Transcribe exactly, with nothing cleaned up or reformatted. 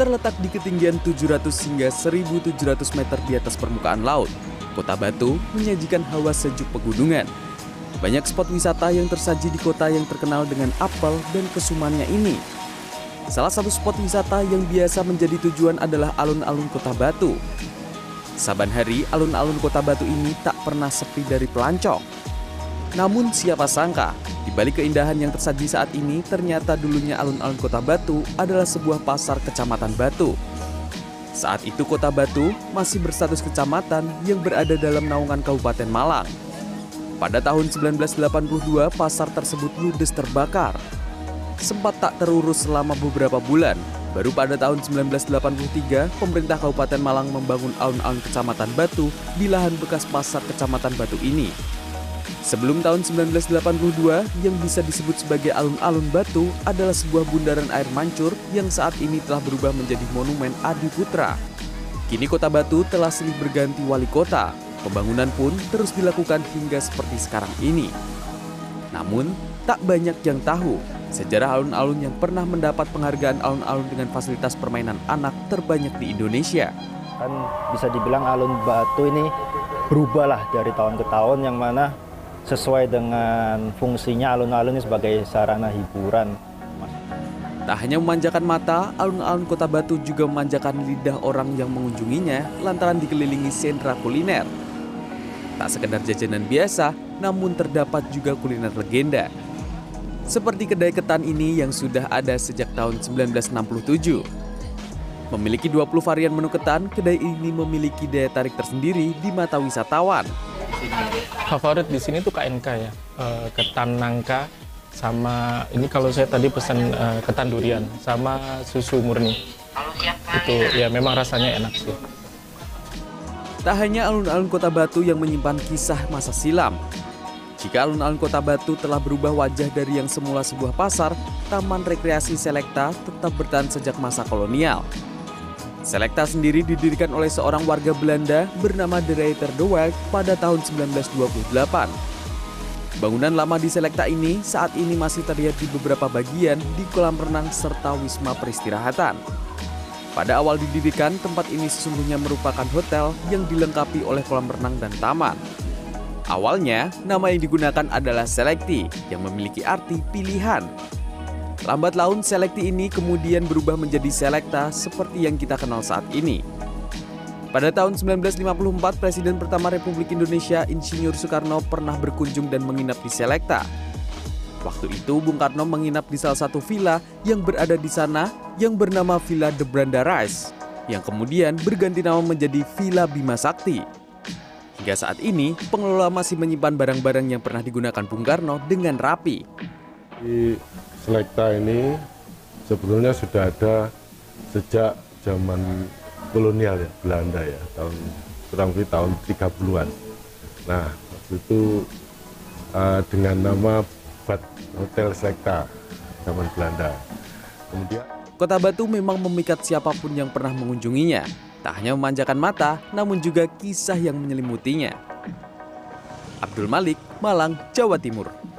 Terletak di ketinggian tujuh ratus hingga seribu tujuh ratus meter di atas permukaan laut, Kota Batu menyajikan hawa sejuk pegunungan. Banyak spot wisata yang tersaji di kota yang terkenal dengan apel dan kesumannya ini. Salah satu spot wisata yang biasa menjadi tujuan adalah alun-alun Kota Batu. Saban hari, alun-alun Kota Batu ini tak pernah sepi dari pelancong. Namun siapa sangka, di balik keindahan yang tersaji saat ini, ternyata dulunya alun-alun Kota Batu adalah sebuah pasar Kecamatan Batu. Saat itu Kota Batu masih berstatus kecamatan yang berada dalam naungan Kabupaten Malang. Pada tahun seribu sembilan ratus delapan puluh dua, pasar tersebut ludes terbakar. Sempat tak terurus selama beberapa bulan. Baru pada tahun seribu sembilan ratus delapan puluh tiga, pemerintah Kabupaten Malang membangun alun-alun Kecamatan Batu di lahan bekas pasar Kecamatan Batu ini. Sebelum tahun seribu sembilan ratus delapan puluh dua, yang bisa disebut sebagai alun-alun Batu adalah sebuah bundaran air mancur yang saat ini telah berubah menjadi monumen Adi Putra. Kini Kota Batu telah silih berganti wali kota. Pembangunan pun terus dilakukan hingga seperti sekarang ini. Namun, tak banyak yang tahu sejarah alun-alun yang pernah mendapat penghargaan alun-alun dengan fasilitas permainan anak terbanyak di Indonesia. Kan bisa dibilang alun Batu ini berubah lah dari tahun ke tahun, yang mana sesuai dengan fungsinya alun-alun ini sebagai sarana hiburan. Tak hanya memanjakan mata, alun-alun Kota Batu juga memanjakan lidah orang yang mengunjunginya lantaran dikelilingi sentra kuliner. Tak sekedar jajanan biasa, namun terdapat juga kuliner legenda. Seperti kedai ketan ini yang sudah ada sejak tahun seribu sembilan ratus enam puluh tujuh. Memiliki dua puluh varian menu ketan, kedai ini memiliki daya tarik tersendiri di mata wisatawan. Favorit di sini tuh K N K ya, ketan nangka, sama ini kalau saya tadi pesan ketan durian, sama susu murni. Itu ya memang rasanya enak sih. Tak hanya alun-alun Kota Batu yang menyimpan kisah masa silam. Jika alun-alun Kota Batu telah berubah wajah dari yang semula sebuah pasar, Taman Rekreasi Selekta tetap bertahan sejak masa kolonial. Selekta sendiri didirikan oleh seorang warga Belanda bernama De Ruyter de Wilde pada tahun seribu sembilan ratus dua puluh delapan. Bangunan lama di Selekta ini saat ini masih terlihat di beberapa bagian di kolam renang serta wisma peristirahatan. Pada awal didirikan, tempat ini sesungguhnya merupakan hotel yang dilengkapi oleh kolam renang dan taman. Awalnya, nama yang digunakan adalah Selekti yang memiliki arti pilihan. Lambat laun, Selekti ini kemudian berubah menjadi Selekta seperti yang kita kenal saat ini. Pada tahun seribu sembilan ratus lima puluh empat, Presiden pertama Republik Indonesia Insinyur Soekarno pernah berkunjung dan menginap di Selekta. Waktu itu, Bung Karno menginap di salah satu villa yang berada di sana yang bernama Villa De Branda Rise, yang kemudian berganti nama menjadi Villa Bima Sakti. Hingga saat ini, pengelola masih menyimpan barang-barang yang pernah digunakan Bung Karno dengan rapi. Di Selekta ini sebetulnya sudah ada sejak zaman kolonial ya, Belanda ya, tahun kurang lebih tahun tiga puluhan. Nah, waktu itu uh, dengan nama Bad Hotel Selekta zaman Belanda. Kemudian Kota Batu memang memikat siapapun yang pernah mengunjunginya. Tak hanya memanjakan mata, namun juga kisah yang menyelimutinya. Abdul Malik, Malang, Jawa Timur.